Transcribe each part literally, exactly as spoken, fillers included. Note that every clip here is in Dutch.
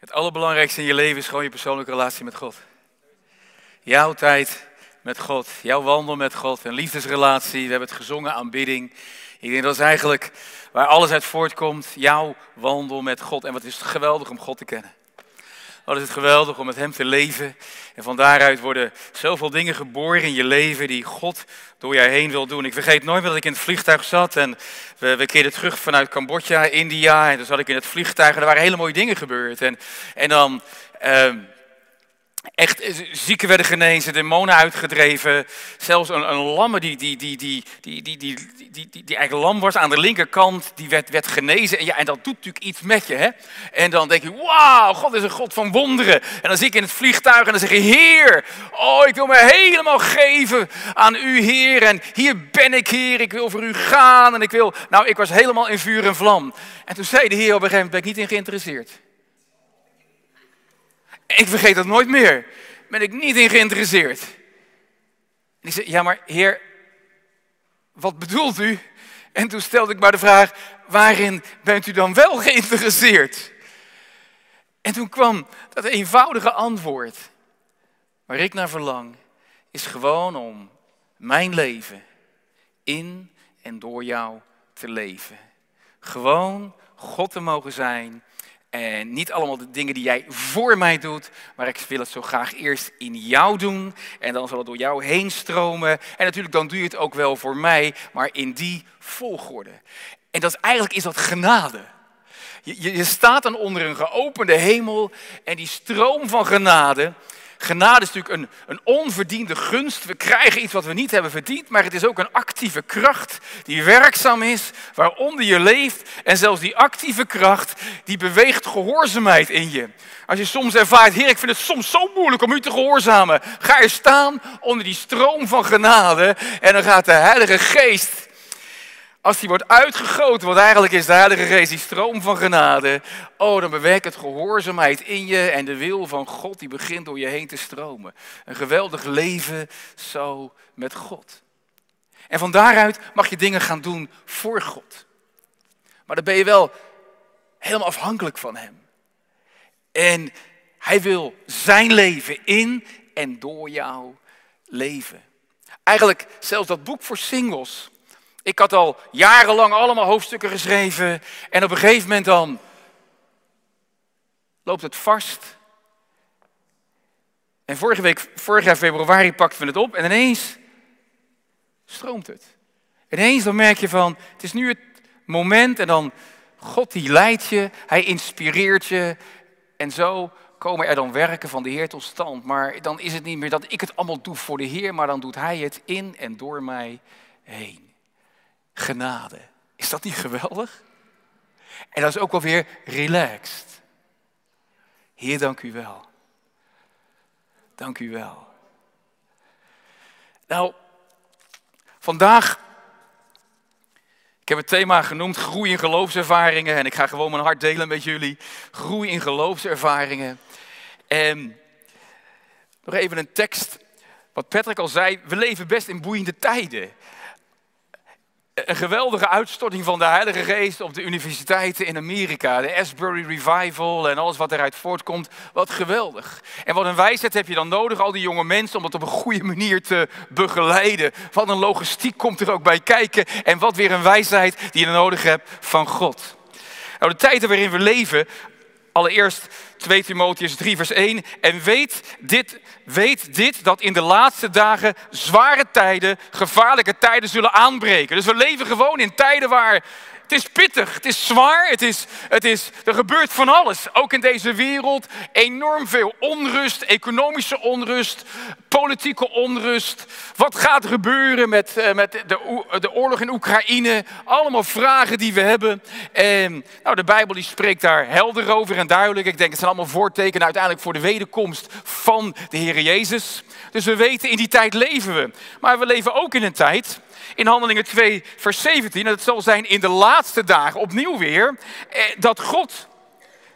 Het allerbelangrijkste in je leven is gewoon je persoonlijke relatie met God. Jouw tijd met God, jouw wandel met God, een liefdesrelatie. We hebben het gezongen, aanbidding. Ik denk dat is eigenlijk waar alles uit voortkomt, jouw wandel met God. En wat is het geweldig om God te kennen. Wat is het geweldig om met Hem te leven. En van daaruit worden zoveel dingen geboren in je leven die God door jij heen wil doen. Ik vergeet nooit meer dat ik in het vliegtuig zat en we, we keerden terug vanuit Cambodja, India. En toen zat ik in het vliegtuig en er waren hele mooie dingen gebeurd. En, en dan... Uh, Echt, zieken werden genezen, demonen uitgedreven. Zelfs een, een lamme die, die, die, die, die, die, die, die, die, die eigenlijk lam was aan de linkerkant, die werd, werd genezen. En, ja, en dat doet natuurlijk iets met je. Hè? En dan denk je, wauw, God is een God van wonderen. En dan zit ik in het vliegtuig en dan zeg je, Heer, oh, ik wil me helemaal geven aan u, Heer. En hier ben ik, Heer, ik wil voor u gaan. En ik wil, nou, ik was helemaal in vuur en vlam. En toen zei de Heer op een gegeven moment, ben ik niet in geïnteresseerd. Ik vergeet dat nooit meer. Ben ik niet in geïnteresseerd. En ik zei, ja maar Heer, wat bedoelt u? En toen stelde ik maar de vraag, waarin bent u dan wel geïnteresseerd? En toen kwam dat eenvoudige antwoord, waar ik naar verlang, is gewoon om mijn leven in en door jou te leven. Gewoon God te mogen zijn. En niet allemaal de dingen die jij voor mij doet, maar ik wil het zo graag eerst in jou doen. En dan zal het door jou heen stromen. En natuurlijk dan doe je het ook wel voor mij, maar in die volgorde. En dat is, eigenlijk is dat genade. Je, je, je staat dan onder een geopende hemel en die stroom van genade... Genade is natuurlijk een, een onverdiende gunst. We krijgen iets wat we niet hebben verdiend, maar het is ook een actieve kracht die werkzaam is, waaronder je leeft. En zelfs die actieve kracht, die beweegt gehoorzaamheid in je. Als je soms ervaart, Heer, ik vind het soms zo moeilijk om u te gehoorzamen. Ga er staan onder die stroom van genade en dan gaat de Heilige Geest... Als die wordt uitgegoten, wat eigenlijk is de Heilige Geest, die stroom van genade. Oh, dan bewerkt het gehoorzaamheid in je en de wil van God die begint door je heen te stromen. Een geweldig leven zo met God. En van daaruit mag je dingen gaan doen voor God. Maar dan ben je wel helemaal afhankelijk van Hem. En Hij wil zijn leven in en door jou leven. Eigenlijk zelfs dat boek voor singles... Ik had al jarenlang allemaal hoofdstukken geschreven en op een gegeven moment dan loopt het vast. En vorige week, vorig jaar februari pakten we het op en ineens stroomt het. Ineens dan merk je van, het is nu het moment en dan God die leidt je, Hij inspireert je en zo komen er dan werken van de Heer tot stand. Maar dan is het niet meer dat ik het allemaal doe voor de Heer, maar dan doet Hij het in en door mij heen. Genade. Is dat niet geweldig? En dat is ook wel weer relaxed. Heer, dank u wel. Dank u wel. Nou, vandaag, ik heb het thema genoemd, groei in geloofservaringen. En ik ga gewoon mijn hart delen met jullie. Groei in geloofservaringen. En nog even een tekst, wat Patrick al zei, we leven best in boeiende tijden. Een geweldige uitstorting van de Heilige Geest op de universiteiten in Amerika. De Asbury Revival en alles wat eruit voortkomt. Wat geweldig. En wat een wijsheid heb je dan nodig, al die jonge mensen, om dat op een goede manier te begeleiden. Wat een logistiek komt er ook bij kijken. En wat weer een wijsheid die je nodig hebt van God. Nou, de tijden waarin we leven... Allereerst twee Timotheüs drie vers één. En weet dit, weet dit dat in de laatste dagen zware tijden, gevaarlijke tijden zullen aanbreken. Dus we leven gewoon in tijden waar het is pittig, het is zwaar, het is, het is, er gebeurt van alles. Ook in deze wereld enorm veel onrust, economische onrust, politieke onrust. Wat gaat er gebeuren met, uh, met de, de oorlog in Oekraïne? Allemaal vragen die we hebben. En nou, de Bijbel die spreekt daar helder over en duidelijk. Ik denk het zijn allemaal voortekenen uiteindelijk voor de wederkomst van de Heer Jezus. Dus we weten, in die tijd leven we. Maar we leven ook in een tijd... In Handelingen twee vers zeventien, en het zal zijn in de laatste dagen opnieuw weer, dat God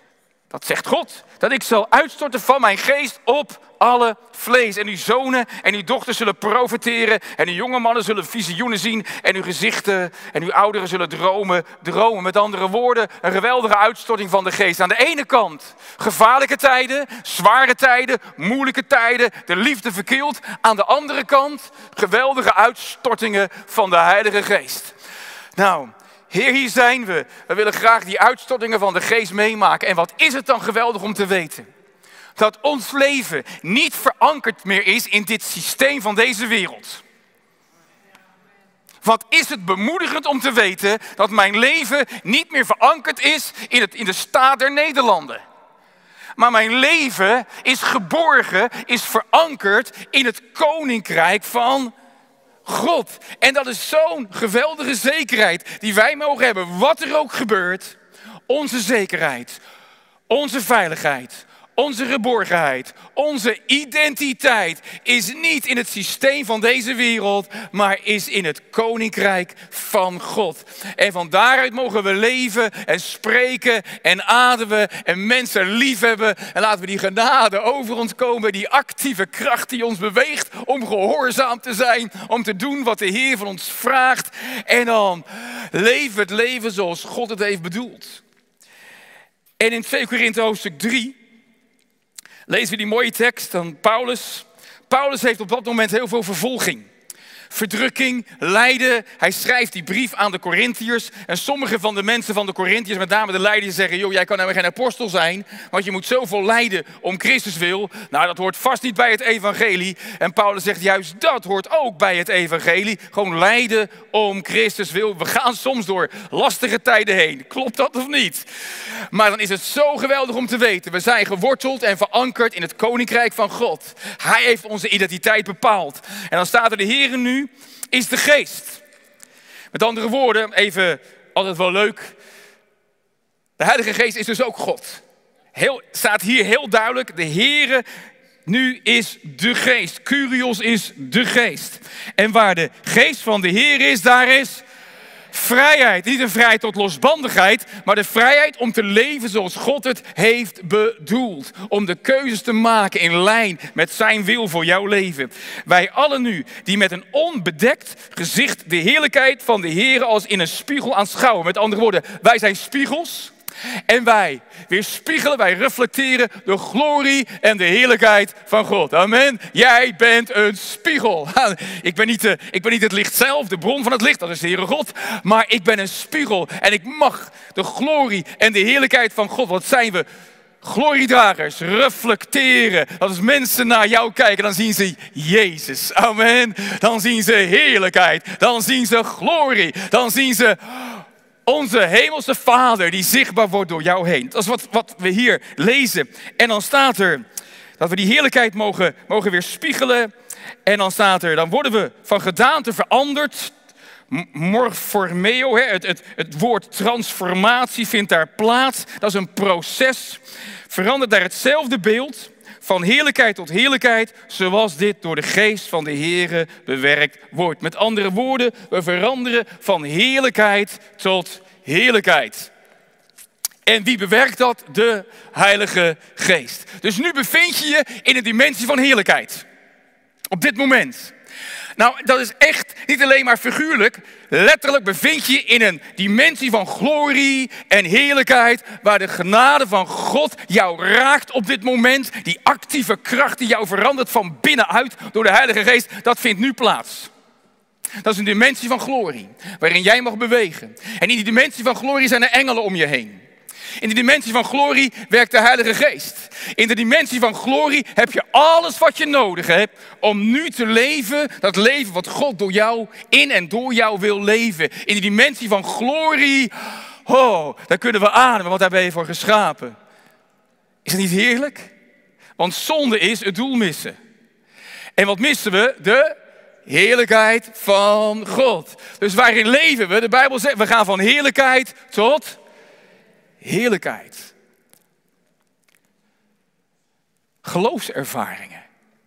Dat zegt God. Dat ik zal uitstorten van mijn geest op alle vlees. En uw zonen en uw dochters zullen profeteren. En uw jonge mannen zullen visioenen zien. En uw gezichten en uw ouderen zullen dromen. Dromen. Met andere woorden, een geweldige uitstorting van de geest. Aan de ene kant gevaarlijke tijden, zware tijden, moeilijke tijden. De liefde verkielt. Aan de andere kant geweldige uitstortingen van de Heilige Geest. Nou, Heer, hier zijn we. We willen graag die uitstortingen van de geest meemaken. En wat is het dan geweldig om te weten? Dat ons leven niet verankerd meer is in dit systeem van deze wereld. Wat is het bemoedigend om te weten dat mijn leven niet meer verankerd is in, het, in de staat der Nederlanden. Maar mijn leven is geborgen, is verankerd in het koninkrijk van God. En dat is zo'n geweldige zekerheid die wij mogen hebben. Wat er ook gebeurt, onze zekerheid, onze veiligheid, onze geborgenheid, onze identiteit is niet in het systeem van deze wereld, maar is in het koninkrijk van God. En van daaruit mogen we leven en spreken en ademen en mensen liefhebben. En laten we die genade over ons komen, die actieve kracht die ons beweegt om gehoorzaam te zijn, om te doen wat de Heer van ons vraagt. En dan leven we het leven zoals God het heeft bedoeld. En in twee Korinthe hoofdstuk drie... lezen we die mooie tekst van Paulus. Paulus heeft op dat moment heel veel vervolging. Verdrukking, lijden. Hij schrijft die brief aan de Korintiërs. En sommige van de mensen van de Korintiërs, met name de leiders, zeggen: joh, jij kan helemaal geen apostel zijn, want je moet zoveel lijden om Christus wil. Nou, dat hoort vast niet bij het evangelie. En Paulus zegt: juist dat hoort ook bij het evangelie. Gewoon lijden om Christus wil. We gaan soms door lastige tijden heen. Klopt dat of niet? Maar dan is het zo geweldig om te weten: we zijn geworteld en verankerd in het koninkrijk van God. Hij heeft onze identiteit bepaald. En dan staat er: de Heer nu is de geest. Met andere woorden, even, altijd wel leuk. De Heilige Geest is dus ook God. Heel, staat hier heel duidelijk: de Heere nu is de geest. Kyrios is de geest. En waar de geest van de Heer is, daar is vrijheid. Niet een vrijheid tot losbandigheid, maar de vrijheid om te leven zoals God het heeft bedoeld. Om de keuzes te maken in lijn met zijn wil voor jouw leven. Wij allen nu, die met een onbedekt gezicht de heerlijkheid van de Heer als in een spiegel aanschouwen. Met andere woorden, wij zijn spiegels. En wij weerspiegelen, wij reflecteren de glorie en de heerlijkheid van God. Amen. Jij bent een spiegel. Ik ben niet, de, ik ben niet het licht zelf, de bron van het licht, dat is de Heere God. Maar ik ben een spiegel en ik mag de glorie en de heerlijkheid van God, wat zijn we? Gloriedragers, reflecteren. Als mensen naar jou kijken, dan zien ze Jezus. Amen. Dan zien ze heerlijkheid. Dan zien ze glorie. Dan zien ze onze hemelse Vader die zichtbaar wordt door jou heen. Dat is wat, wat we hier lezen. En dan staat er dat we die heerlijkheid mogen, mogen weerspiegelen. En dan staat er, dan worden we van gedaante veranderd. Morphormeo, het, het, het woord transformatie vindt daar plaats. Dat is een proces. Verandert naar hetzelfde beeld. Van heerlijkheid tot heerlijkheid, zoals dit door de geest van de Heere bewerkt wordt. Met andere woorden, we veranderen van heerlijkheid tot heerlijkheid. En wie bewerkt dat? De Heilige Geest. Dus nu bevind je je in een dimensie van heerlijkheid. Op dit moment. Nou, dat is echt niet alleen maar figuurlijk. Letterlijk bevind je in een dimensie van glorie en heerlijkheid, waar de genade van God jou raakt op dit moment. Die actieve kracht die jou verandert van binnenuit door de Heilige Geest, dat vindt nu plaats. Dat is een dimensie van glorie, waarin jij mag bewegen. En in die dimensie van glorie zijn er engelen om je heen. In de dimensie van glorie werkt de Heilige Geest. In de dimensie van glorie heb je alles wat je nodig hebt om nu te leven, dat leven wat God door jou, in en door jou wil leven. In de dimensie van glorie, oh, daar kunnen we ademen, want daar ben je voor geschapen. Is dat niet heerlijk? Want zonde is het doel missen. En wat missen we? De heerlijkheid van God. Dus waarin leven we? De Bijbel zegt, we gaan van heerlijkheid tot heerlijkheid. Geloofservaringen.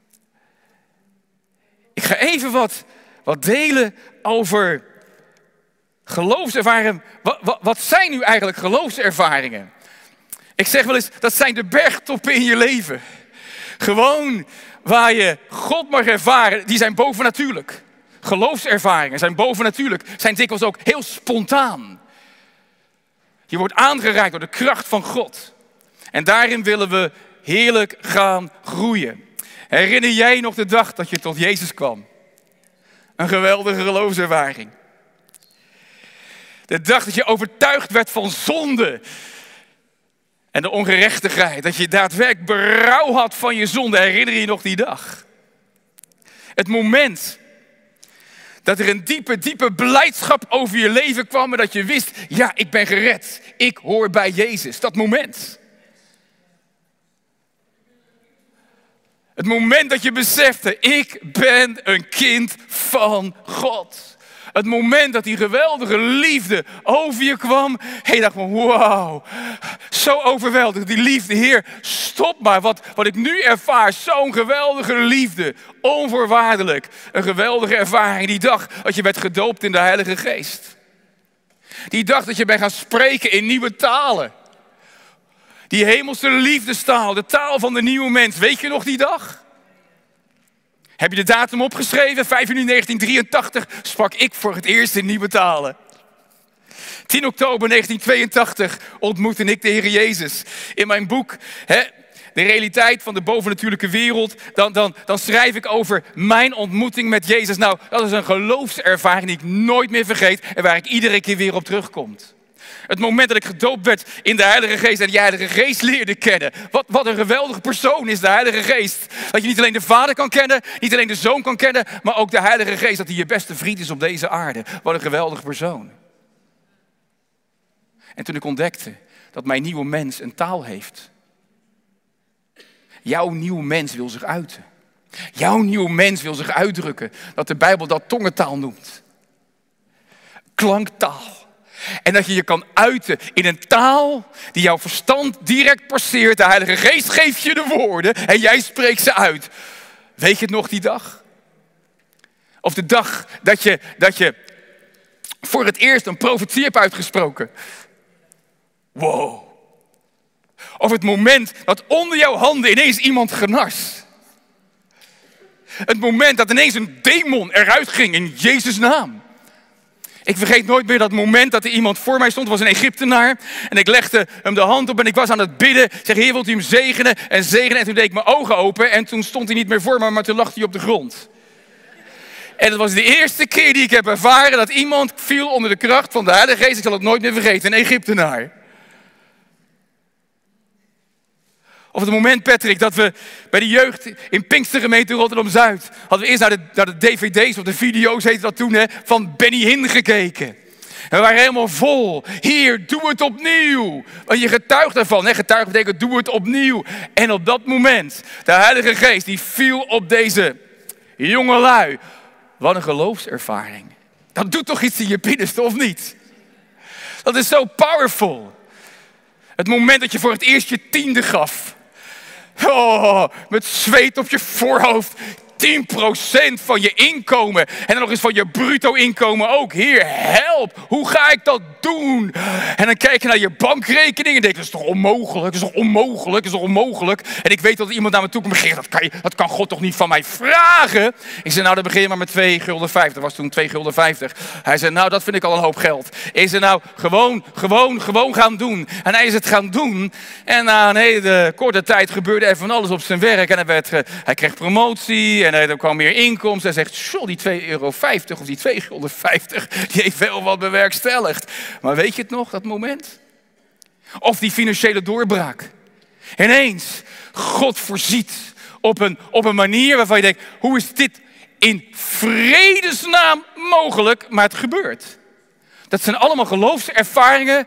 Ik ga even wat, wat delen over geloofservaringen. Wat, wat, wat zijn nu eigenlijk geloofservaringen? Ik zeg wel eens, dat zijn de bergtoppen in je leven. Gewoon waar je God mag ervaren, die zijn bovennatuurlijk. Geloofservaringen zijn bovennatuurlijk, zijn dikwijls ook heel spontaan. Je wordt aangeraakt door de kracht van God. En daarin willen we heerlijk gaan groeien. Herinner jij nog de dag dat je tot Jezus kwam? Een geweldige geloofservaring. De dag dat je overtuigd werd van zonde en de ongerechtigheid. Dat je daadwerkelijk berouw had van je zonde. Herinner je nog die dag? Het moment dat er een diepe, diepe blijdschap over je leven kwam. En dat je wist, ja, ik ben gered. Ik hoor bij Jezus. Dat moment. Het moment dat je besefte, ik ben een kind van God. Het moment dat die geweldige liefde over je kwam. En je dacht van, wauw, zo overweldigend. Die liefde, Heer, stop maar. Wat, wat ik nu ervaar, zo'n geweldige liefde. Onvoorwaardelijk. Een geweldige ervaring. Die dag dat je werd gedoopt in de Heilige Geest. Die dag dat je bent gaan spreken in nieuwe talen. Die hemelse liefdestaal, de taal van de nieuwe mens. Weet je nog die dag? Heb je de datum opgeschreven? vijf juni negentien drieëntachtig sprak ik voor het eerst in nieuwe talen. tien oktober negentien tweeëntachtig ontmoette ik de Heer Jezus. In mijn boek, hè, De realiteit van de bovennatuurlijke wereld, dan, dan, dan schrijf ik over mijn ontmoeting met Jezus. Nou, dat is een geloofservaring die ik nooit meer vergeet en waar ik iedere keer weer op terugkom. Het moment dat ik gedoopt werd in de Heilige Geest en die Heilige Geest leerde kennen. Wat, wat een geweldige persoon is de Heilige Geest. Dat je niet alleen de Vader kan kennen, niet alleen de Zoon kan kennen, maar ook de Heilige Geest. Dat hij je beste vriend is op deze aarde. Wat een geweldige persoon. En toen ik ontdekte dat mijn nieuwe mens een taal heeft. Jouw nieuwe mens wil zich uiten. Jouw nieuwe mens wil zich uitdrukken. Dat de Bijbel dat tongentaal noemt. Klanktaal. En dat je je kan uiten in een taal die jouw verstand direct passeert. De Heilige Geest geeft je de woorden en jij spreekt ze uit. Weet je het nog die dag? Of de dag dat je, dat je voor het eerst een profetie hebt uitgesproken. Wow. Of het moment dat onder jouw handen ineens iemand genas. Het moment dat ineens een demon eruit ging in Jezus' naam. Ik vergeet nooit meer dat moment dat er iemand voor mij stond. Het was een Egyptenaar. En ik legde hem de hand op en ik was aan het bidden. Ik zeg, Heer, wilt u hem zegenen en zegenen? En toen deed ik mijn ogen open en toen stond hij niet meer voor me, maar toen lag hij op de grond. En dat was de eerste keer die ik heb ervaren dat iemand viel onder de kracht van de Heilige Geest. Ik zal het nooit meer vergeten, een Egyptenaar. Of het moment, Patrick, dat we bij de jeugd in Pinkstergemeente Rotterdam-Zuid... hadden we eerst naar de, naar de D V D's of de video's, heette dat toen, hè, van Benny Hinn gekeken. En we waren helemaal vol. Heer, doe het opnieuw. Want je getuigt ervan. Hè? Getuigen betekent, doe het opnieuw. En op dat moment, de Heilige Geest, die viel op deze jongelui. Wat een geloofservaring. Dat doet toch iets in je binnenste, of niet? Dat is zo powerful. Het moment dat je voor het eerst je tiende gaf. Oh, met zweet op je voorhoofd. tien procent van je inkomen. En dan nog eens van je bruto inkomen ook. Heer, help. Hoe ga ik dat doen? En dan kijk je naar je bankrekening en denk, dat is toch onmogelijk? Dat is toch onmogelijk? Dat is toch onmogelijk? En ik weet dat er iemand naar me toe komt en zegt, dat kan, je, dat kan God toch niet van mij vragen? Ik zei, nou dan begin je maar met twee gulden vijftig. Dat was toen twee gulden vijftig. Hij zei, nou dat vind ik al een hoop geld. Ik zei, nou gewoon, gewoon, gewoon gaan doen. En hij is het gaan doen. En na een hele korte tijd gebeurde er van alles op zijn werk. En hij, werd, hij kreeg promotie. En er kwam meer inkomsten. Hij zegt, zo die twee euro vijftig of die twee gulden vijftig, die heeft wel wat bewerkstelligd. Maar weet je het nog, dat moment? Of die financiële doorbraak. Ineens, God voorziet op een, op een manier waarvan je denkt, hoe is dit in vredesnaam mogelijk? Maar het gebeurt. Dat zijn allemaal geloofservaringen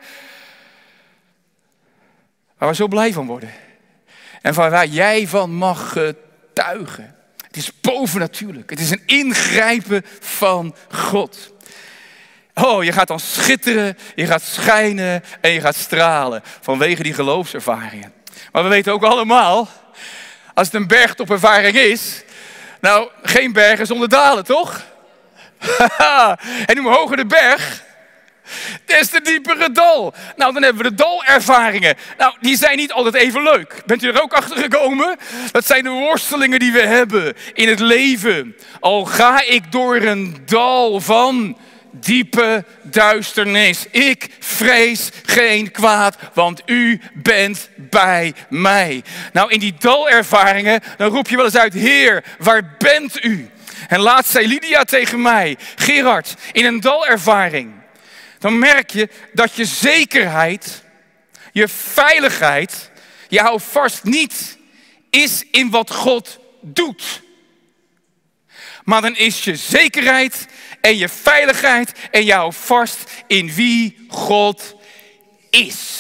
waar we zo blij van worden. En waar, waar jij van mag getuigen. Het is bovennatuurlijk. Het is een ingrijpen van God. Oh, je gaat dan schitteren, je gaat schijnen en je gaat stralen vanwege die geloofservaringen. Maar we weten ook allemaal, als het een bergtopervaring is, nou, geen bergen zonder dalen, toch? En hoe hoger de berg, Des te diepere dal. Nou, dan hebben we de dalervaringen. Nou, die zijn niet altijd even leuk. Bent u er ook achter gekomen? Dat zijn de worstelingen die we hebben in het leven. Al ga ik door een dal van diepe duisternis. Ik vrees geen kwaad, want u bent bij mij. Nou, in die dalervaringen, dan roep je wel eens uit, Heer, waar bent u? En laatst zei Lydia tegen mij, Gerard, in een dalervaring, dan merk je dat je zekerheid, je veiligheid, je houdt vast niet is in wat God doet. Maar dan is je zekerheid en je veiligheid en je houdt vast in wie God is.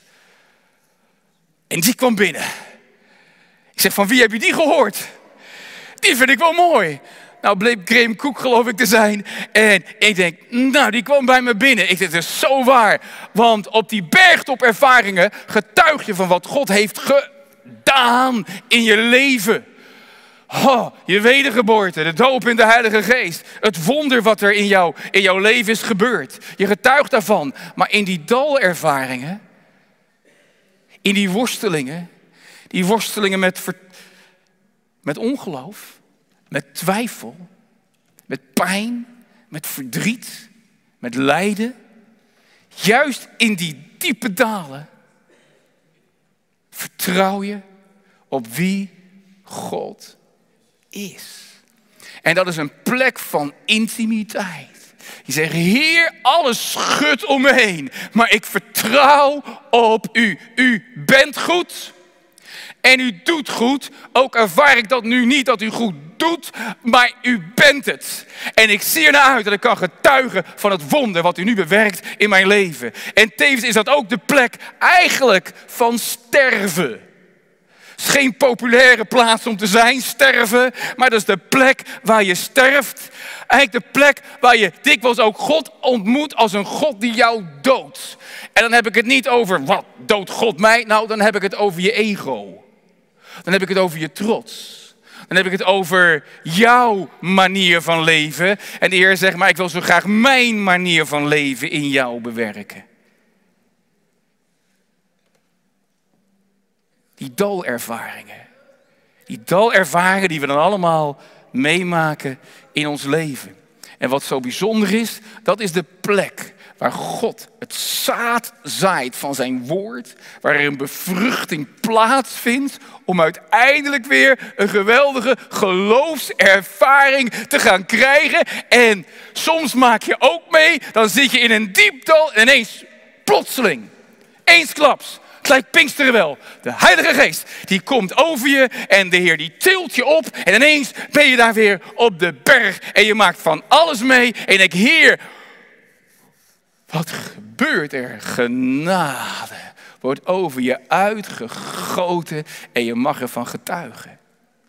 En die kwam binnen. Ik zeg, van wie heb je die gehoord? Die vind ik wel mooi. Nou, bleek Graham Cook geloof ik te zijn. En ik denk, nou, die kwam bij me binnen. Ik zeg, het is zo waar. Want op die bergtop ervaringen getuig je van wat God heeft gedaan in je leven. Oh, je wedergeboorte, de doop in de Heilige Geest. Het wonder wat er in, jou, in jouw leven is gebeurd. Je getuigt daarvan. Maar in die dalervaringen, in die worstelingen, die worstelingen met, ver, met ongeloof, met twijfel, met pijn, met verdriet, met lijden. Juist in die diepe dalen vertrouw je op wie God is. En dat is een plek van intimiteit. Je zegt, Heer, alles schudt om me heen, maar ik vertrouw op u. U bent goed en u doet goed. Ook ervaar ik dat nu niet dat u goed doet, maar u bent het. En ik zie er naar uit dat ik kan getuigen van het wonder wat u nu bewerkt in mijn leven. En tevens is dat ook de plek eigenlijk van sterven. Het is geen populaire plaats om te zijn, sterven. Maar dat is de plek waar je sterft. Eigenlijk de plek waar je dikwijls ook God ontmoet als een God die jou doodt. En dan heb ik het niet over, wat doodt God mij? Nou, dan heb ik het over je ego. Dan heb ik het over je trots. Dan heb ik het over jouw manier van leven. En de Heer zegt, maar ik wil zo graag mijn manier van leven in jou bewerken. Die dalervaringen. Die dalervaringen die we dan allemaal meemaken in ons leven. En wat zo bijzonder is, dat is de plek waar God het zaad zaait van zijn woord. Waar er een bevruchting plaatsvindt om uiteindelijk weer een geweldige geloofservaring te gaan krijgen. En soms maak je ook mee, dan zit je in een diep dal en ineens plotseling, eensklaps. Het lijkt Pinksteren wel. De Heilige Geest, die komt over je en de Heer die tilt je op. En ineens ben je daar weer op de berg en je maakt van alles mee. En je denkt, Heer, wat gebeurt er? Genade wordt over je uitgegoten en je mag ervan getuigen.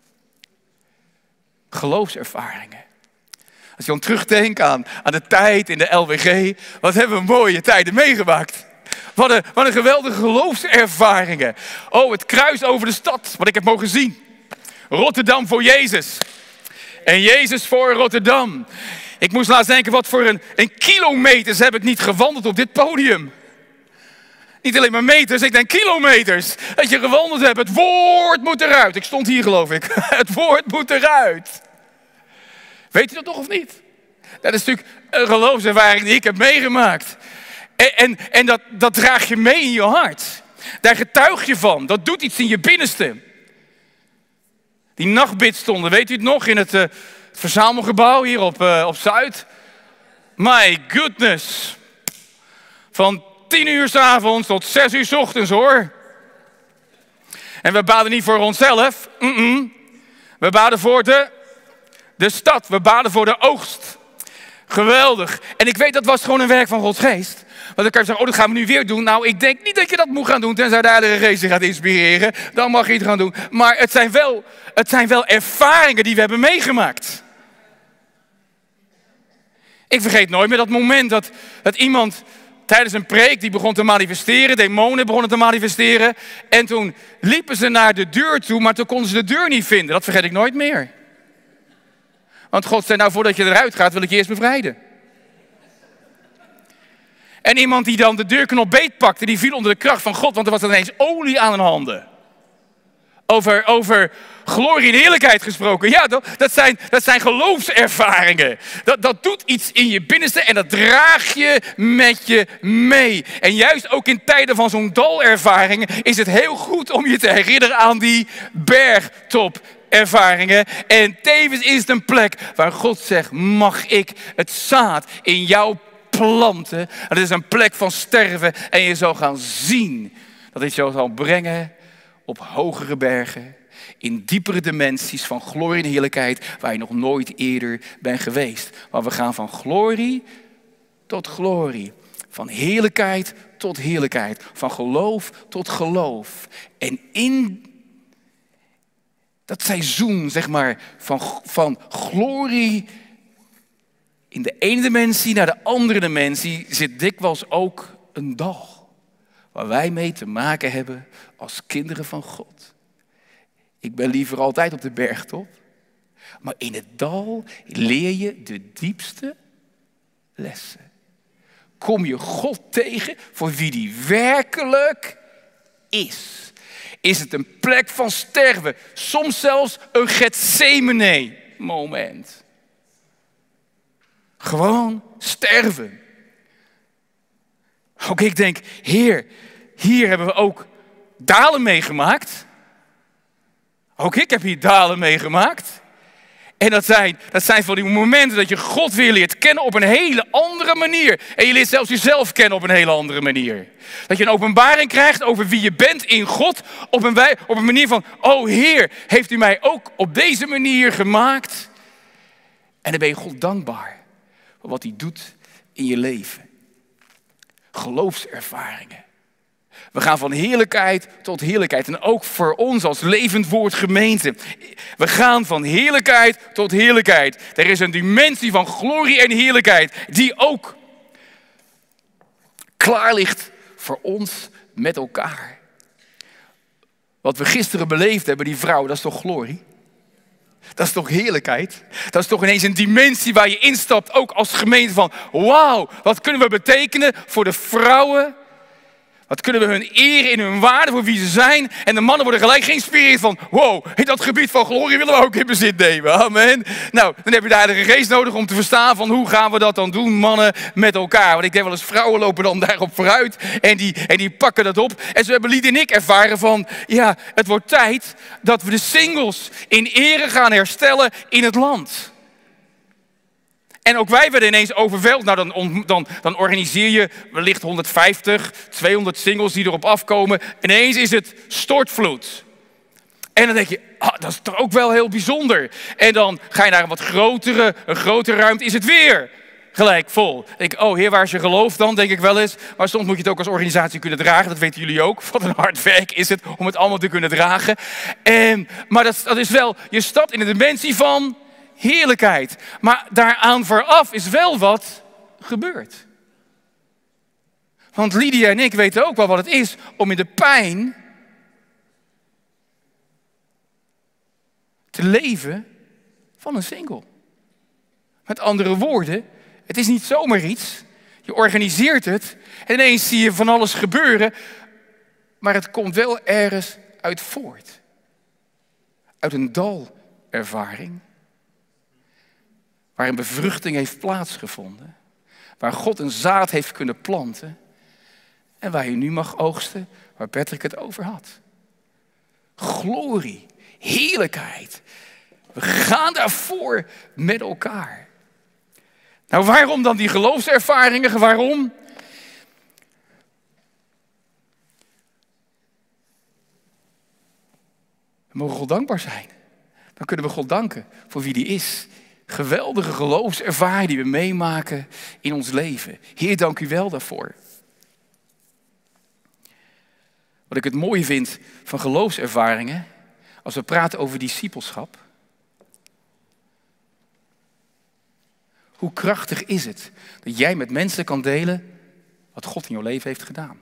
Geloofservaringen. Als je dan terugdenkt aan, aan de tijd in de L W G, wat hebben we mooie tijden meegemaakt. Wat een, wat een geweldige geloofservaringen. Oh, het kruis over de stad, wat ik heb mogen zien. Rotterdam voor Jezus. En Jezus voor Rotterdam. Ik moest laatst denken, wat voor een, een kilometers heb ik niet gewandeld op dit podium. Niet alleen maar meters, ik denk kilometers. Dat je gewandeld hebt, het woord moet eruit. Ik stond hier geloof ik. Het woord moet eruit. Weet u dat toch of niet? Dat is natuurlijk een geloofservaring die ik heb meegemaakt. En, en, en dat, dat draag je mee in je hart. Daar getuig je van. Dat doet iets in je binnenste. Die nachtbid stonden, weet u het nog? In het uh, verzamelgebouw hier op, uh, op Zuid. My goodness. Van tien uur 's avonds tot zes uur 's ochtends hoor. En we baden niet voor onszelf. Mm-mm. We baden voor de, de stad. We baden voor de oogst. Geweldig. En ik weet dat was gewoon een werk van Gods geest. Want dan kan je zeggen, oh, dat gaan we nu weer doen. Nou, ik denk niet dat je dat moet gaan doen, tenzij de Heilige Geest je gaat inspireren. Dan mag je het gaan doen. Maar het zijn wel, het zijn wel ervaringen die we hebben meegemaakt. Ik vergeet nooit meer dat moment dat, dat iemand tijdens een preek, die begon te manifesteren. Demonen begonnen te manifesteren. En toen liepen ze naar de deur toe, maar toen konden ze de deur niet vinden. Dat vergeet ik nooit meer. Want God zei, nou, voordat je eruit gaat, wil ik je eerst bevrijden. En iemand die dan de deurknop beetpakte, die viel onder de kracht van God, want er was ineens olie aan hun handen. Over, over glorie en heerlijkheid gesproken. Ja, dat, dat, zijn, dat zijn geloofservaringen. Dat, dat doet iets in je binnenste en dat draag je met je mee. En juist ook in tijden van zo'n dalervaringen is het heel goed om je te herinneren aan die bergtopervaringen. En tevens is het een plek waar God zegt, mag ik het zaad in jou planten. Het is een plek van sterven en je zal gaan zien dat dit jou zal brengen op hogere bergen, in diepere dimensies van glorie en heerlijkheid waar je nog nooit eerder bent geweest. Maar we gaan van glorie tot glorie, van heerlijkheid tot heerlijkheid, van geloof tot geloof. En in dat seizoen, zeg maar, van, van glorie in de ene dimensie naar de andere dimensie zit dikwijls ook een dal. Waar wij mee te maken hebben als kinderen van God. Ik ben liever altijd op de bergtop. Maar in het dal leer je de diepste lessen. Kom je God tegen voor wie die werkelijk is. Is het een plek van sterven. Soms zelfs een Getsemane moment. Gewoon sterven. Ook ik denk, Heer, hier hebben we ook dalen meegemaakt. Ook ik heb hier dalen meegemaakt. En dat zijn, dat zijn van die momenten dat je God weer leert kennen op een hele andere manier. En je leert zelfs jezelf kennen op een hele andere manier. Dat je een openbaring krijgt over wie je bent in God. Op een, wij, op een manier van, oh Heer, heeft u mij ook op deze manier gemaakt? En dan ben je God dankbaar voor wat hij doet in je leven. Geloofservaringen. We gaan van heerlijkheid tot heerlijkheid. En ook voor ons als levend woord gemeente. We gaan van heerlijkheid tot heerlijkheid. Er is een dimensie van glorie en heerlijkheid die ook klaar ligt voor ons met elkaar. Wat we gisteren beleefd hebben, die vrouw, dat is toch glorie? Dat is toch heerlijkheid? Dat is toch ineens een dimensie waar je instapt, ook als gemeente van, wauw, wat kunnen we betekenen voor de vrouwen? Wat kunnen we hun eren in hun waarde voor wie ze zijn? En de mannen worden gelijk geïnspireerd van, wow, in dat gebied van glorie willen we ook in bezit nemen. Amen. Nou, dan heb je de Heilige Geest nodig om te verstaan van hoe gaan we dat dan doen, mannen, met elkaar. Want ik denk wel eens, vrouwen lopen dan daarop vooruit en die, en die pakken dat op. En zo hebben Lied en ik ervaren van, ja, het wordt tijd dat we de singles in ere gaan herstellen in het land. En ook wij werden ineens overweldigd. Nou, dan, dan, dan organiseer je wellicht honderdvijftig, tweehonderd singles die erop afkomen. Ineens is het stortvloed. En dan denk je, ah, dat is toch ook wel heel bijzonder. En dan ga je naar een wat grotere, een grotere ruimte, is het weer gelijk vol. Dan denk ik, oh Heer, waar is je geloof dan, denk ik wel eens. Maar soms moet je het ook als organisatie kunnen dragen. Dat weten jullie ook. Wat een hard werk is het om het allemaal te kunnen dragen. En, maar dat, dat is wel, je stapt in de dimensie van heerlijkheid. Maar daaraan vooraf is wel wat gebeurd. Want Lydia en ik weten ook wel wat het is om in de pijn te leven van een single. Met andere woorden, het is niet zomaar iets. Je organiseert het en ineens zie je van alles gebeuren. Maar het komt wel ergens uit voort. Uit een dalervaring. Waar een bevruchting heeft plaatsgevonden. Waar God een zaad heeft kunnen planten. En waar je nu mag oogsten, waar Patrick het over had. Glorie, heerlijkheid. We gaan daarvoor met elkaar. Nou, waarom dan die geloofservaringen? Waarom? We mogen God dankbaar zijn. Dan kunnen we God danken voor wie die is. Geweldige geloofservaring die we meemaken in ons leven. Heer, dank u wel daarvoor. Wat ik het mooie vind van geloofservaringen, als we praten over discipelschap. Hoe krachtig is het dat jij met mensen kan delen wat God in jouw leven heeft gedaan.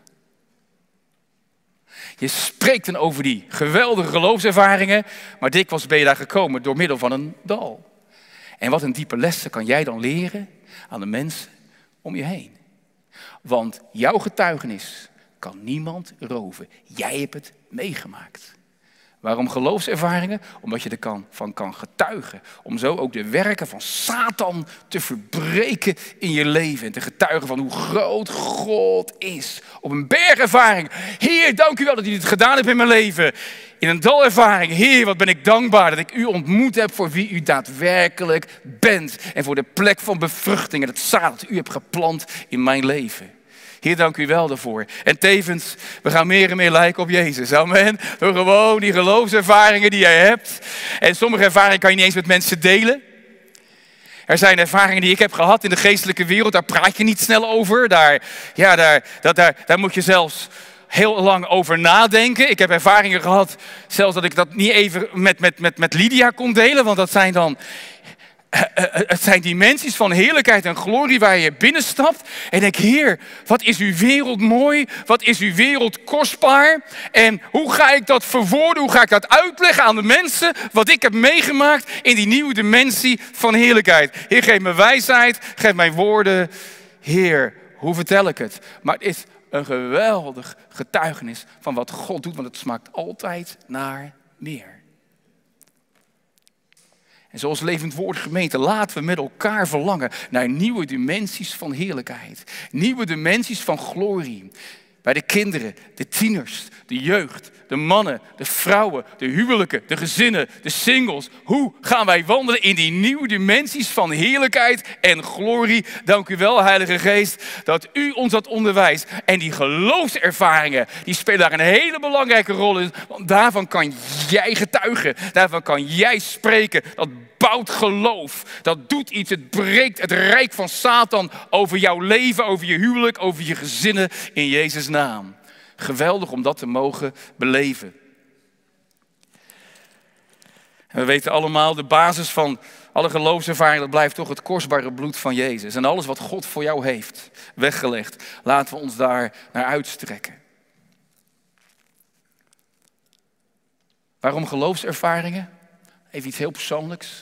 Je spreekt dan over die geweldige geloofservaringen, maar dikwijls ben je daar gekomen door middel van een dal. En wat een diepe lessen kan jij dan leren aan de mensen om je heen. Want jouw getuigenis kan niemand roven. Jij hebt het meegemaakt. Waarom geloofservaringen? Omdat je er kan, van kan getuigen. Om zo ook de werken van Satan te verbreken in je leven. En te getuigen van hoe groot God is. Op een bergervaring. Heer, dank u wel dat u dit gedaan hebt in mijn leven. In een dalervaring. Heer, wat ben ik dankbaar dat ik u ontmoet heb voor wie u daadwerkelijk bent. En voor de plek van bevruchting en het zaad dat u hebt geplant in mijn leven. Heer, dank u wel daarvoor. En tevens, we gaan meer en meer lijken op Jezus. Amen. Door gewoon die geloofservaringen die jij hebt. En sommige ervaringen kan je niet eens met mensen delen. Er zijn ervaringen die ik heb gehad in de geestelijke wereld. Daar praat je niet snel over. Daar, ja, daar, dat, daar, daar moet je zelfs heel lang over nadenken. Ik heb ervaringen gehad, zelfs dat ik dat niet even met, met, met, met Lydia kon delen. Want dat zijn dan... Het zijn dimensies van heerlijkheid en glorie waar je binnenstapt. En denk, Heer, wat is uw wereld mooi? Wat is uw wereld kostbaar? En hoe ga ik dat verwoorden? Hoe ga ik dat uitleggen aan de mensen? Wat ik heb meegemaakt in die nieuwe dimensie van heerlijkheid. Heer, geef me wijsheid. Geef mij woorden. Heer, hoe vertel ik het? Maar het is een geweldig getuigenis van wat God doet. Want het smaakt altijd naar meer. En zoals Levend Woord gemeente laten we met elkaar verlangen naar nieuwe dimensies van heerlijkheid. Nieuwe dimensies van glorie. Bij de kinderen, de tieners, de jeugd, de mannen, de vrouwen, de huwelijken, de gezinnen, de singles. Hoe gaan wij wandelen in die nieuwe dimensies van heerlijkheid en glorie? Dank u wel, Heilige Geest, dat u ons dat onderwijst. En die geloofservaringen, die spelen daar een hele belangrijke rol in. Want daarvan kan jij getuigen. Daarvan kan jij spreken. Dat bouwt geloof. Dat doet iets. Het breekt het rijk van Satan over jouw leven, over je huwelijk, over je gezinnen in Jezus' naam. Geweldig om dat te mogen beleven. En we weten allemaal, de basis van alle geloofservaringen, dat blijft toch het kostbare bloed van Jezus. En alles wat God voor jou heeft weggelegd, laten we ons daar naar uitstrekken. Waarom geloofservaringen? Even iets heel persoonlijks.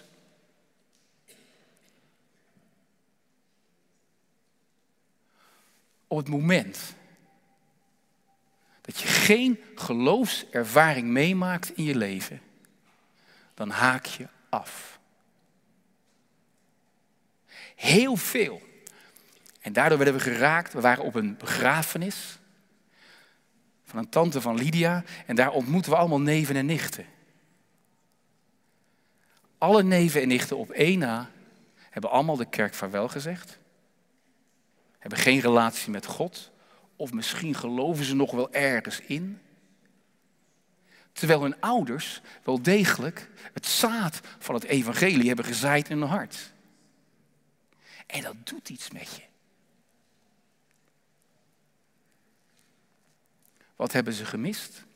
Op het moment dat je geen geloofservaring meemaakt in je leven, dan haak je af. Heel veel. En daardoor werden we geraakt. We waren op een begrafenis van een tante van Lydia. En daar ontmoeten we allemaal neven en nichten. Alle neven en nichten op één na hebben allemaal de kerk vaarwel gezegd. Hebben geen relatie met God. Of misschien geloven ze nog wel ergens in. Terwijl hun ouders wel degelijk het zaad van het evangelie hebben gezaaid in hun hart. En dat doet iets met je. Wat hebben ze gemist?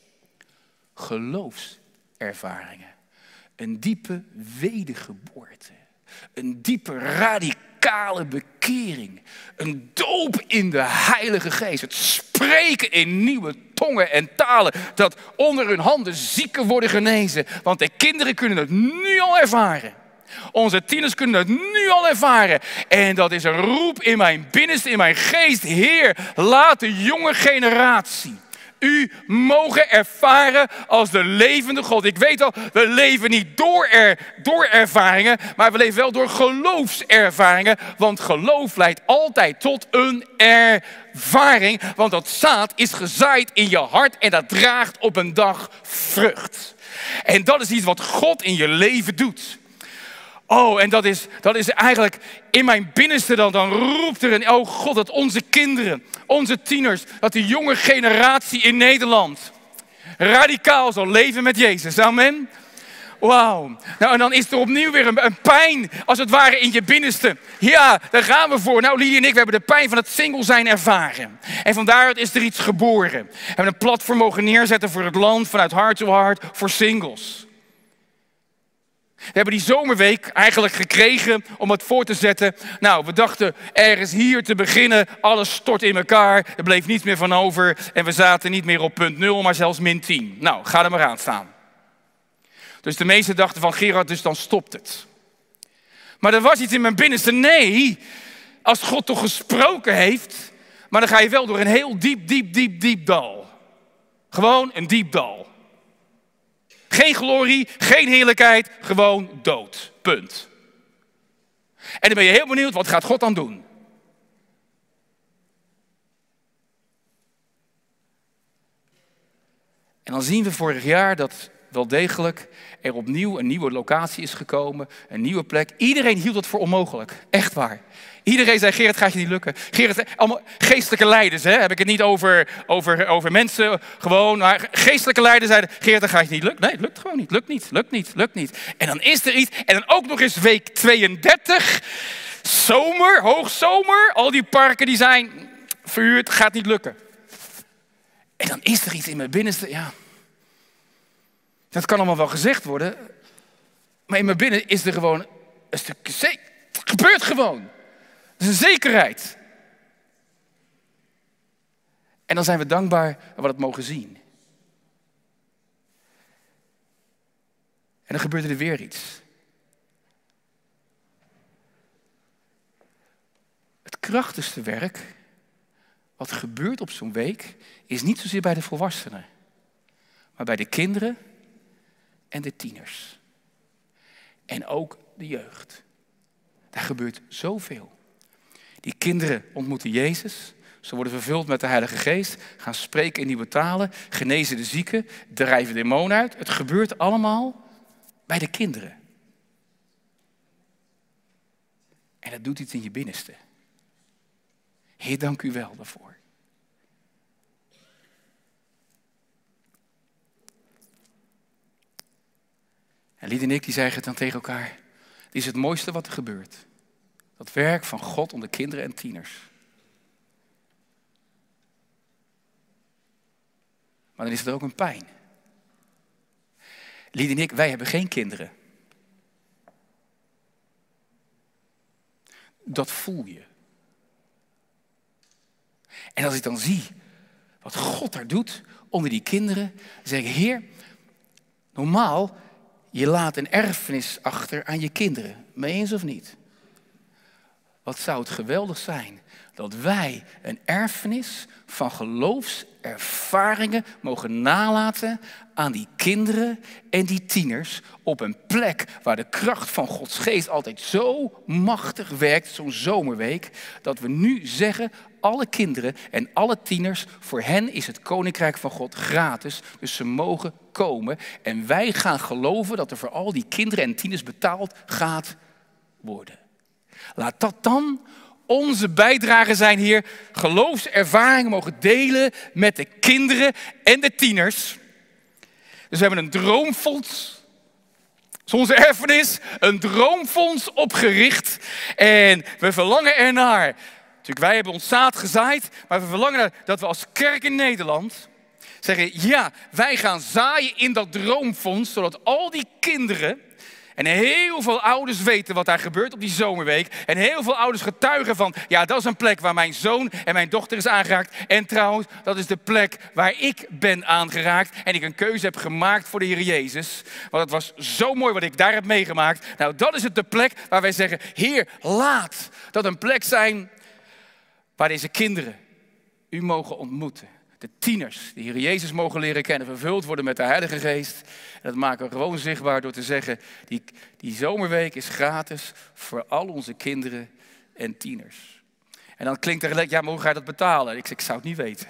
Geloofservaringen. Een diepe wedergeboorte. Een diepe radicale bekering. Een doop in de Heilige Geest. Het spreken in nieuwe tongen en talen. Dat onder hun handen zieken worden genezen. Want de kinderen kunnen het nu al ervaren. Onze tieners kunnen het nu al ervaren. En dat is een roep in mijn binnenste, in mijn geest. Heer, laat de jonge generatie u mogen ervaren als de levende God. Ik weet al, we leven niet door, er, door ervaringen, maar we leven wel door geloofservaringen. Want geloof leidt altijd tot een ervaring. Want dat zaad is gezaaid in je hart en dat draagt op een dag vrucht. En dat is iets wat God in je leven doet. Oh, en dat is, dat is eigenlijk in mijn binnenste dan, dan roept er een, oh God, dat onze kinderen, onze tieners, dat de jonge generatie in Nederland radicaal zal leven met Jezus. Amen. Wauw. Nou, en dan is er opnieuw weer een, een pijn, als het ware, in je binnenste. Ja, daar gaan we voor. Nou, Lidie en ik, we hebben de pijn van het single zijn ervaren. En van daaruit is er iets geboren. We hebben een platform mogen neerzetten voor het land, vanuit Heart to Heart, voor singles. We hebben die zomerweek eigenlijk gekregen om het voor te zetten. Nou, we dachten ergens hier te beginnen. Alles stort in elkaar. Er bleef niets meer van over. En we zaten niet meer op punt nul, maar zelfs min tien. Nou, ga er maar aan staan. Dus de meesten dachten van Gerard, dus dan stopt het. Maar er was iets in mijn binnenste. Nee, als God toch gesproken heeft, Maar dan ga je wel door een heel diep, diep, diep, diep dal. Gewoon een diep dal. Geen glorie, geen heerlijkheid, gewoon dood. Punt. En dan ben je heel benieuwd, wat gaat God dan doen? En dan zien we vorig jaar dat wel degelijk er opnieuw een nieuwe locatie is gekomen. Een nieuwe plek. Iedereen hield het voor onmogelijk. Echt waar. Iedereen zei, Gerard, gaat je niet lukken. Gerard, allemaal geestelijke leiders, hè? Heb ik het niet over, over, over mensen, gewoon. Maar geestelijke leiders zeiden, Gerard, dat gaat je niet lukken. Nee, het lukt gewoon niet. Lukt niet, lukt niet, lukt niet. En dan is er iets. En dan ook nog eens week tweeëndertig. Zomer, hoogzomer. Al die parken die zijn verhuurd, gaat niet lukken. En dan is er iets in mijn binnenste, ja. Dat kan allemaal wel gezegd worden. Maar in mijn binnen is er gewoon een stukje zeker. Het gebeurt gewoon. Dat is een zekerheid. En dan zijn we dankbaar dat we dat mogen zien. En dan gebeurt er weer iets. Het krachtigste werk wat gebeurt op zo'n week is niet zozeer bij de volwassenen, maar bij de kinderen en de tieners. En ook de jeugd. Daar gebeurt zoveel. Die kinderen ontmoeten Jezus. Ze worden vervuld met de Heilige Geest. Gaan spreken in nieuwe talen. Genezen de zieken. Drijven demonen uit. Het gebeurt allemaal bij de kinderen. En dat doet iets in je binnenste. Heer, dank u wel daarvoor. En Lied en ik die zeggen dan tegen elkaar, dit is het mooiste wat er gebeurt. Dat werk van God onder kinderen en tieners. Maar dan is er ook een pijn. Lied en ik, wij hebben geen kinderen. Dat voel je. En als ik dan zie wat God daar doet onder die kinderen, dan zeg ik, Heer, normaal, je laat een erfenis achter aan je kinderen. Mee eens of niet? Wat zou het geweldig zijn dat wij een erfenis van geloofservaringen mogen nalaten aan die kinderen en die tieners op een plek waar de kracht van Gods geest altijd zo machtig werkt, zo'n zomerweek, dat we nu zeggen, alle kinderen en alle tieners, voor hen is het Koninkrijk van God gratis, dus ze mogen komen. En wij gaan geloven dat er voor al die kinderen en tieners betaald gaat worden. Laat dat dan onze bijdrage zijn, Heer. Geloofservaringen mogen delen met de kinderen en de tieners. Dus we hebben een droomfonds. Dat is onze erfenis. Een droomfonds opgericht. En we verlangen ernaar. Natuurlijk, wij hebben ons zaad gezaaid. Maar we verlangen er dat we als kerk in Nederland zeggen, ja, wij gaan zaaien in dat droomfonds. Zodat al die kinderen en heel veel ouders weten wat daar gebeurt op die zomerweek. En heel veel ouders getuigen van, ja, dat is een plek waar mijn zoon en mijn dochter is aangeraakt. En trouwens, dat is de plek waar ik ben aangeraakt. En ik een keuze heb gemaakt voor de Heer Jezus. Want het was zo mooi wat ik daar heb meegemaakt. Nou, dat is het de plek waar wij zeggen, Heer, laat dat een plek zijn waar deze kinderen u mogen ontmoeten. De tieners, de Heer Jezus mogen leren kennen, vervuld worden met de Heilige Geest. En dat maken we gewoon zichtbaar door te zeggen, die, die zomerweek is gratis voor al onze kinderen en tieners. En dan klinkt er gelijk, ja, maar hoe ga je dat betalen? Ik, ik zou het niet weten.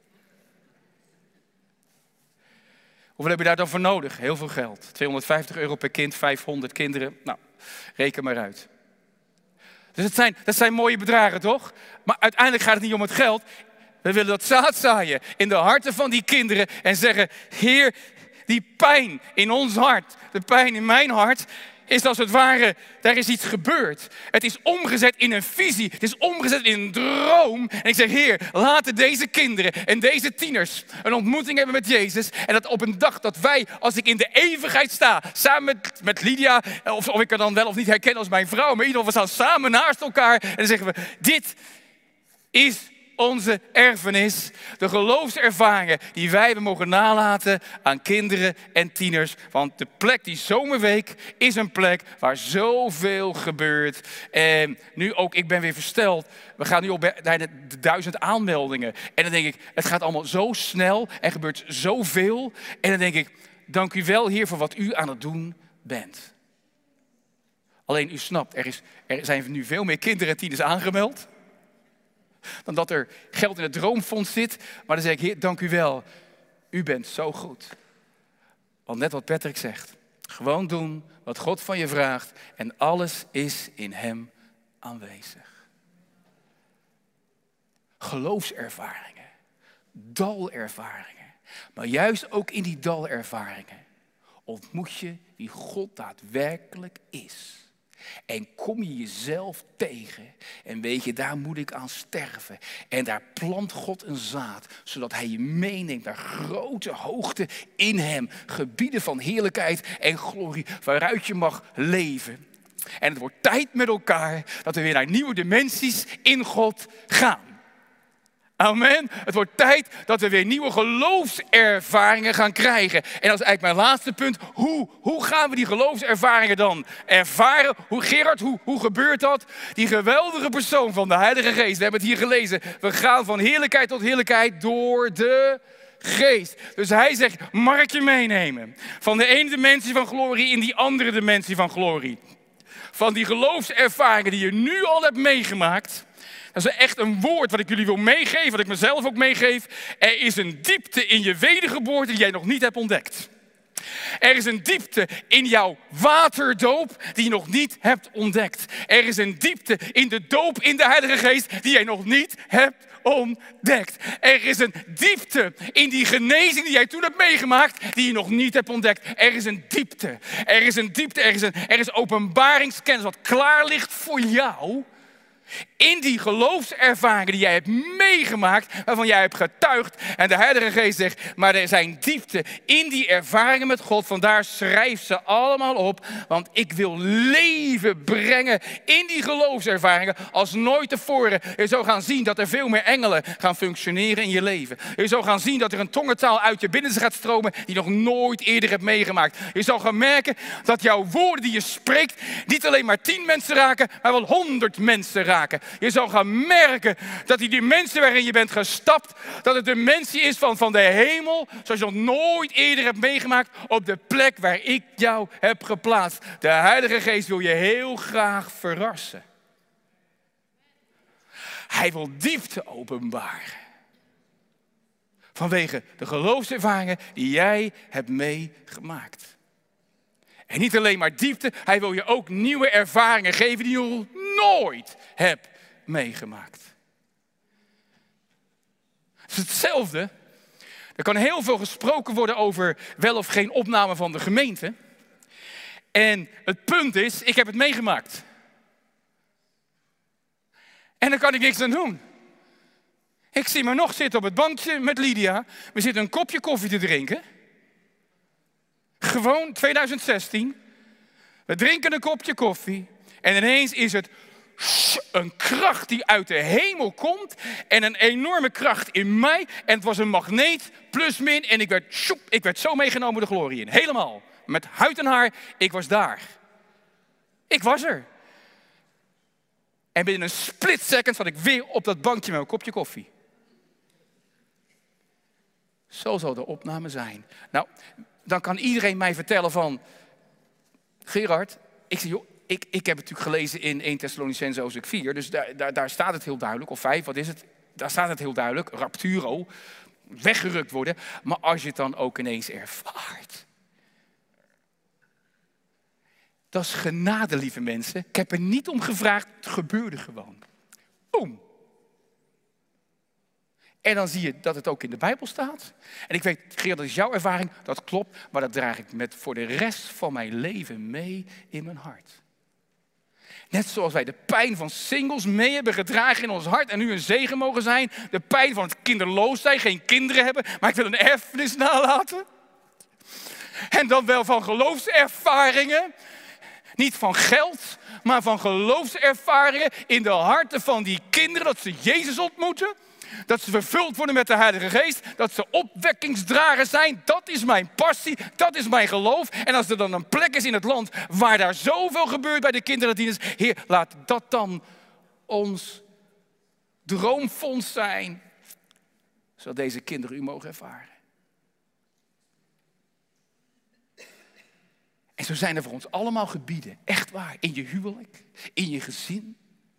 Hoeveel heb je daar dan voor nodig? Heel veel geld. tweehonderdvijftig euro per kind, vijfhonderd kinderen. Nou, reken maar uit. Dus het zijn, dat zijn mooie bedragen, toch? Maar uiteindelijk gaat het niet om het geld. We willen dat zaad zaaien in de harten van die kinderen en zeggen, Heer, die pijn in ons hart, de pijn in mijn hart, is als het ware, daar is iets gebeurd. Het is omgezet in een visie, het is omgezet in een droom. En ik zeg, Heer, laten deze kinderen en deze tieners een ontmoeting hebben met Jezus. En dat op een dag dat wij, als ik in de eeuwigheid sta, samen met, met Lydia, of, of ik haar dan wel of niet herken als mijn vrouw, maar in ieder geval, we staan samen naast elkaar. En dan zeggen we, dit is onze erfenis. De geloofservaringen die wij hebben mogen nalaten aan kinderen en tieners. Want de plek, die zomerweek, is een plek waar zoveel gebeurt. En nu ook, ik ben weer versteld. We gaan nu op bij de duizend aanmeldingen. En dan denk ik, het gaat allemaal zo snel. Er gebeurt zoveel. En dan denk ik, dank u wel, Heer, voor wat u aan het doen bent. Alleen u snapt, er, is, er zijn nu veel meer kinderen en tieners aangemeld dan dat er geld in het droomfonds zit. Maar dan zeg ik, Heer, dank u wel. U bent zo goed. Want net wat Patrick zegt. Gewoon doen wat God van je vraagt. En alles is in hem aanwezig. Geloofservaringen. Dalervaringen. Maar juist ook in die dalervaringen ontmoet je wie God daadwerkelijk is. En kom je jezelf tegen en weet je, daar moet ik aan sterven. En daar plant God een zaad, zodat hij je meeneemt naar grote hoogte in hem. Gebieden van heerlijkheid en glorie waaruit je mag leven. En het wordt tijd met elkaar dat we weer naar nieuwe dimensies in God gaan. Amen. Het wordt tijd dat we weer nieuwe geloofservaringen gaan krijgen. En dat is eigenlijk mijn laatste punt. Hoe, hoe gaan we die geloofservaringen dan ervaren? Hoe, Gerard, hoe, hoe gebeurt dat? Die geweldige persoon van de Heilige Geest. We hebben het hier gelezen. We gaan van heerlijkheid tot heerlijkheid door de Geest. Dus hij zegt, mag ik je meenemen? Van de ene dimensie van glorie in die andere dimensie van glorie. Van die geloofservaringen die je nu al hebt meegemaakt. Dat is echt een woord wat ik jullie wil meegeven, wat ik mezelf ook meegeef. Er is een diepte in je wedergeboorte die jij nog niet hebt ontdekt. Er is een diepte in jouw waterdoop die je nog niet hebt ontdekt. Er is een diepte in de doop in de Heilige Geest die jij nog niet hebt ontdekt. Er is een diepte in die genezing die jij toen hebt meegemaakt die je nog niet hebt ontdekt. Er is een diepte. Er is een diepte. Er is, een, er is openbaringskennis wat klaar ligt voor jou. In die geloofservaringen die jij hebt meegemaakt, waarvan jij hebt getuigd. En de Heilige Geest zegt, maar er zijn diepte in die ervaringen met God. Vandaar schrijf ze allemaal op. Want ik wil leven brengen in die geloofservaringen als nooit tevoren. Je zou gaan zien dat er veel meer engelen gaan functioneren in je leven. Je zou gaan zien dat er een tongentaal uit je binnenste gaat stromen die je nog nooit eerder hebt meegemaakt. Je zal gaan merken dat jouw woorden die je spreekt niet alleen maar tien mensen raken, maar wel honderd mensen raken. Je zal gaan merken dat die dimensie waarin je bent gestapt, dat het de dimensie is van, van de hemel, zoals je nog nooit eerder hebt meegemaakt, op de plek waar ik jou heb geplaatst. De Heilige Geest wil je heel graag verrassen. Hij wil diepte openbaren. Vanwege de geloofservaringen die jij hebt meegemaakt. En niet alleen maar diepte, hij wil je ook nieuwe ervaringen geven die je nog nooit hebt meegemaakt. Het is hetzelfde. Er kan heel veel gesproken worden over wel of geen opname van de gemeente. En het punt is, ik heb het meegemaakt. En daar kan ik niks aan doen. Ik zie me nog zitten op het bankje met Lydia. We zitten een kopje koffie te drinken. Gewoon twintig zestien. We drinken een kopje koffie. En ineens is het een kracht die uit de hemel komt. En een enorme kracht in mij. En het was een magneet, plus min. En ik werd, ik werd zo meegenomen de glorie in. Helemaal. Met huid en haar. Ik was daar. Ik was er. En binnen een split second zat ik weer op dat bankje met een kopje koffie. Zo zal de opname zijn. Nou, dan kan iedereen mij vertellen van... Gerard, ik zeg, joh, ik, ik heb het natuurlijk gelezen in eerste Thessalonicenzen hoofdstuk vier. Dus daar, daar, daar staat het heel duidelijk. Of vijf, wat is het? Daar staat het heel duidelijk. Rapturo. Weggerukt worden. Maar als je het dan ook ineens ervaart. Dat is genade, lieve mensen. Ik heb er niet om gevraagd. Het gebeurde gewoon. Boom. En dan zie je dat het ook in de Bijbel staat. En ik weet, Gerard, dat is jouw ervaring. Dat klopt, maar dat draag ik met voor de rest van mijn leven mee in mijn hart. Net zoals wij de pijn van singles mee hebben gedragen in ons hart en nu een zegen mogen zijn. De pijn van het kinderloos zijn, geen kinderen hebben, maar ik wil een erfenis nalaten. En dan wel van geloofservaringen Niet van geld, maar van geloofservaringen in de harten van die kinderen. Dat ze Jezus ontmoeten. Dat ze vervuld worden met de Heilige Geest. Dat ze opwekkingsdragers zijn. Dat is mijn passie. Dat is mijn geloof. En als er dan een plek is in het land waar daar zoveel gebeurt bij de kinderdieners. Heer, laat dat dan ons droomfonds zijn. Zodat deze kinderen u mogen ervaren. En zo zijn er voor ons allemaal gebieden. Echt waar. In je huwelijk. In je gezin.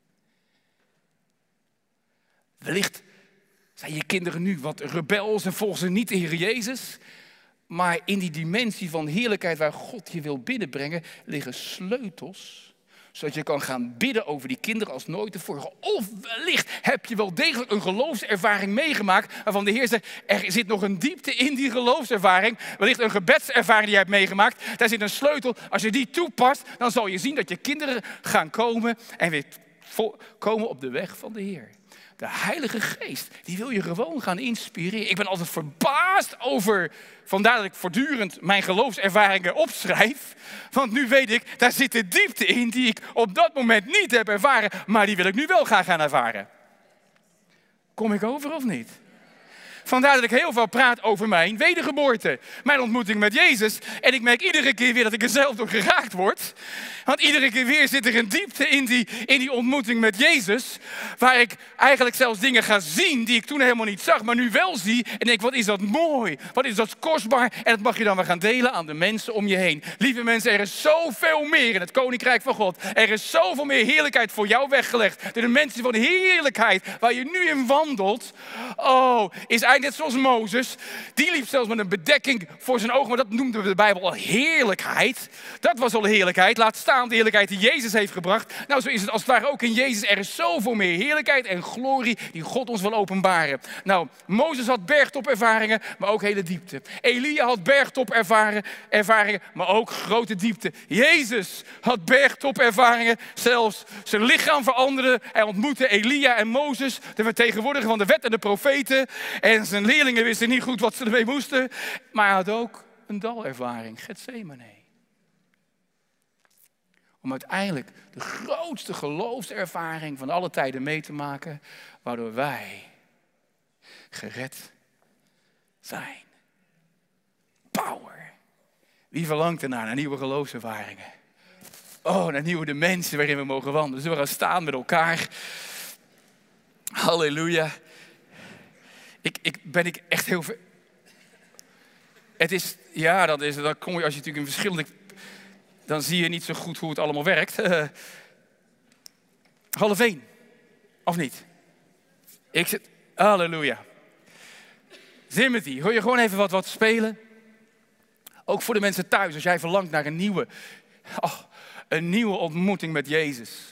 Wellicht zijn je kinderen nu wat rebels en volgen ze niet de Heer Jezus. Maar in die dimensie van heerlijkheid waar God je wil binnenbrengen, liggen sleutels. Zodat je kan gaan bidden over die kinderen als nooit tevoren. Of wellicht heb je wel degelijk een geloofservaring meegemaakt. Waarvan de Heer zegt, er zit nog een diepte in die geloofservaring. Wellicht een gebedservaring die je hebt meegemaakt. Daar zit een sleutel. Als je die toepast, dan zal je zien dat je kinderen gaan komen. En weer komen op de weg van de Heer. De Heilige Geest, die wil je gewoon gaan inspireren. Ik ben altijd verbaasd over, vandaar dat ik voortdurend mijn geloofservaringen opschrijf. Want nu weet ik, daar zit de diepte in die ik op dat moment niet heb ervaren. Maar die wil ik nu wel gaan gaan ervaren. Kom ik over of niet? Vandaar dat ik heel veel praat over mijn wedergeboorte. Mijn ontmoeting met Jezus. En ik merk iedere keer weer dat ik er zelf door geraakt word. Want iedere keer weer zit er een diepte in die, in die ontmoeting met Jezus. Waar ik eigenlijk zelfs dingen ga zien die ik toen helemaal niet zag. Maar nu wel zie. En denk, wat is dat mooi. Wat is dat kostbaar. En dat mag je dan weer gaan delen aan de mensen om je heen. Lieve mensen, er is zoveel meer in het Koninkrijk van God. Er is zoveel meer heerlijkheid voor jou weggelegd. Door de mensen van heerlijkheid waar je nu in wandelt. Oh, is eigenlijk net zoals Mozes. Die liep zelfs met een bedekking voor zijn ogen. Maar dat noemden we de Bijbel al heerlijkheid. Dat was al heerlijkheid. Laat staan de heerlijkheid die Jezus heeft gebracht. Nou, zo is het als het ware ook in Jezus. Er is zoveel meer heerlijkheid en glorie die God ons wil openbaren. Nou, Mozes had bergtopervaringen, maar ook hele diepte. Elia had bergtopervaringen, maar ook grote diepte. Jezus had bergtopervaringen, zelfs zijn lichaam veranderde. Hij ontmoette Elia en Mozes, de vertegenwoordiger van de wet en de profeten. En zijn leerlingen wisten niet goed wat ze ermee moesten. Maar hij had ook een dalervaring, Getsemane. Om uiteindelijk de grootste geloofservaring van alle tijden mee te maken. Waardoor wij gered zijn. Power. Wie verlangt ernaar, naar nieuwe geloofservaringen? Oh, naar nieuwe dimensies waarin we mogen wandelen. Zullen we gaan staan met elkaar? Halleluja. Ik, ik ben ik echt heel ver... Het is, ja, dat is, dan kom je als je natuurlijk in verschillende... Dan zie je niet zo goed hoe het allemaal werkt. Uh, half één. Of niet? Ik zit... Halleluja. Timothy, wil je gewoon even wat, wat spelen? Ook voor de mensen thuis, als jij verlangt naar een nieuwe... Oh, een nieuwe ontmoeting met Jezus.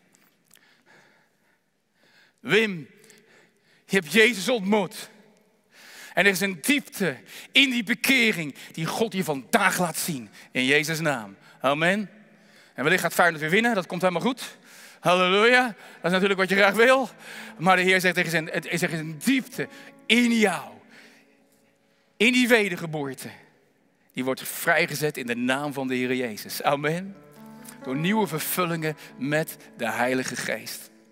Wim, je hebt Jezus ontmoet. En er is een diepte in die bekering die God je vandaag laat zien. In Jezus' naam. Amen. En wellicht gaat Feyenoord weer winnen, dat komt helemaal goed. Halleluja. Dat is natuurlijk wat je graag wil. Maar de Heer zegt, er is een, er is een diepte in jou. In die wedergeboorte. Die wordt vrijgezet in de naam van de Heer Jezus. Amen. Door nieuwe vervullingen met de Heilige Geest.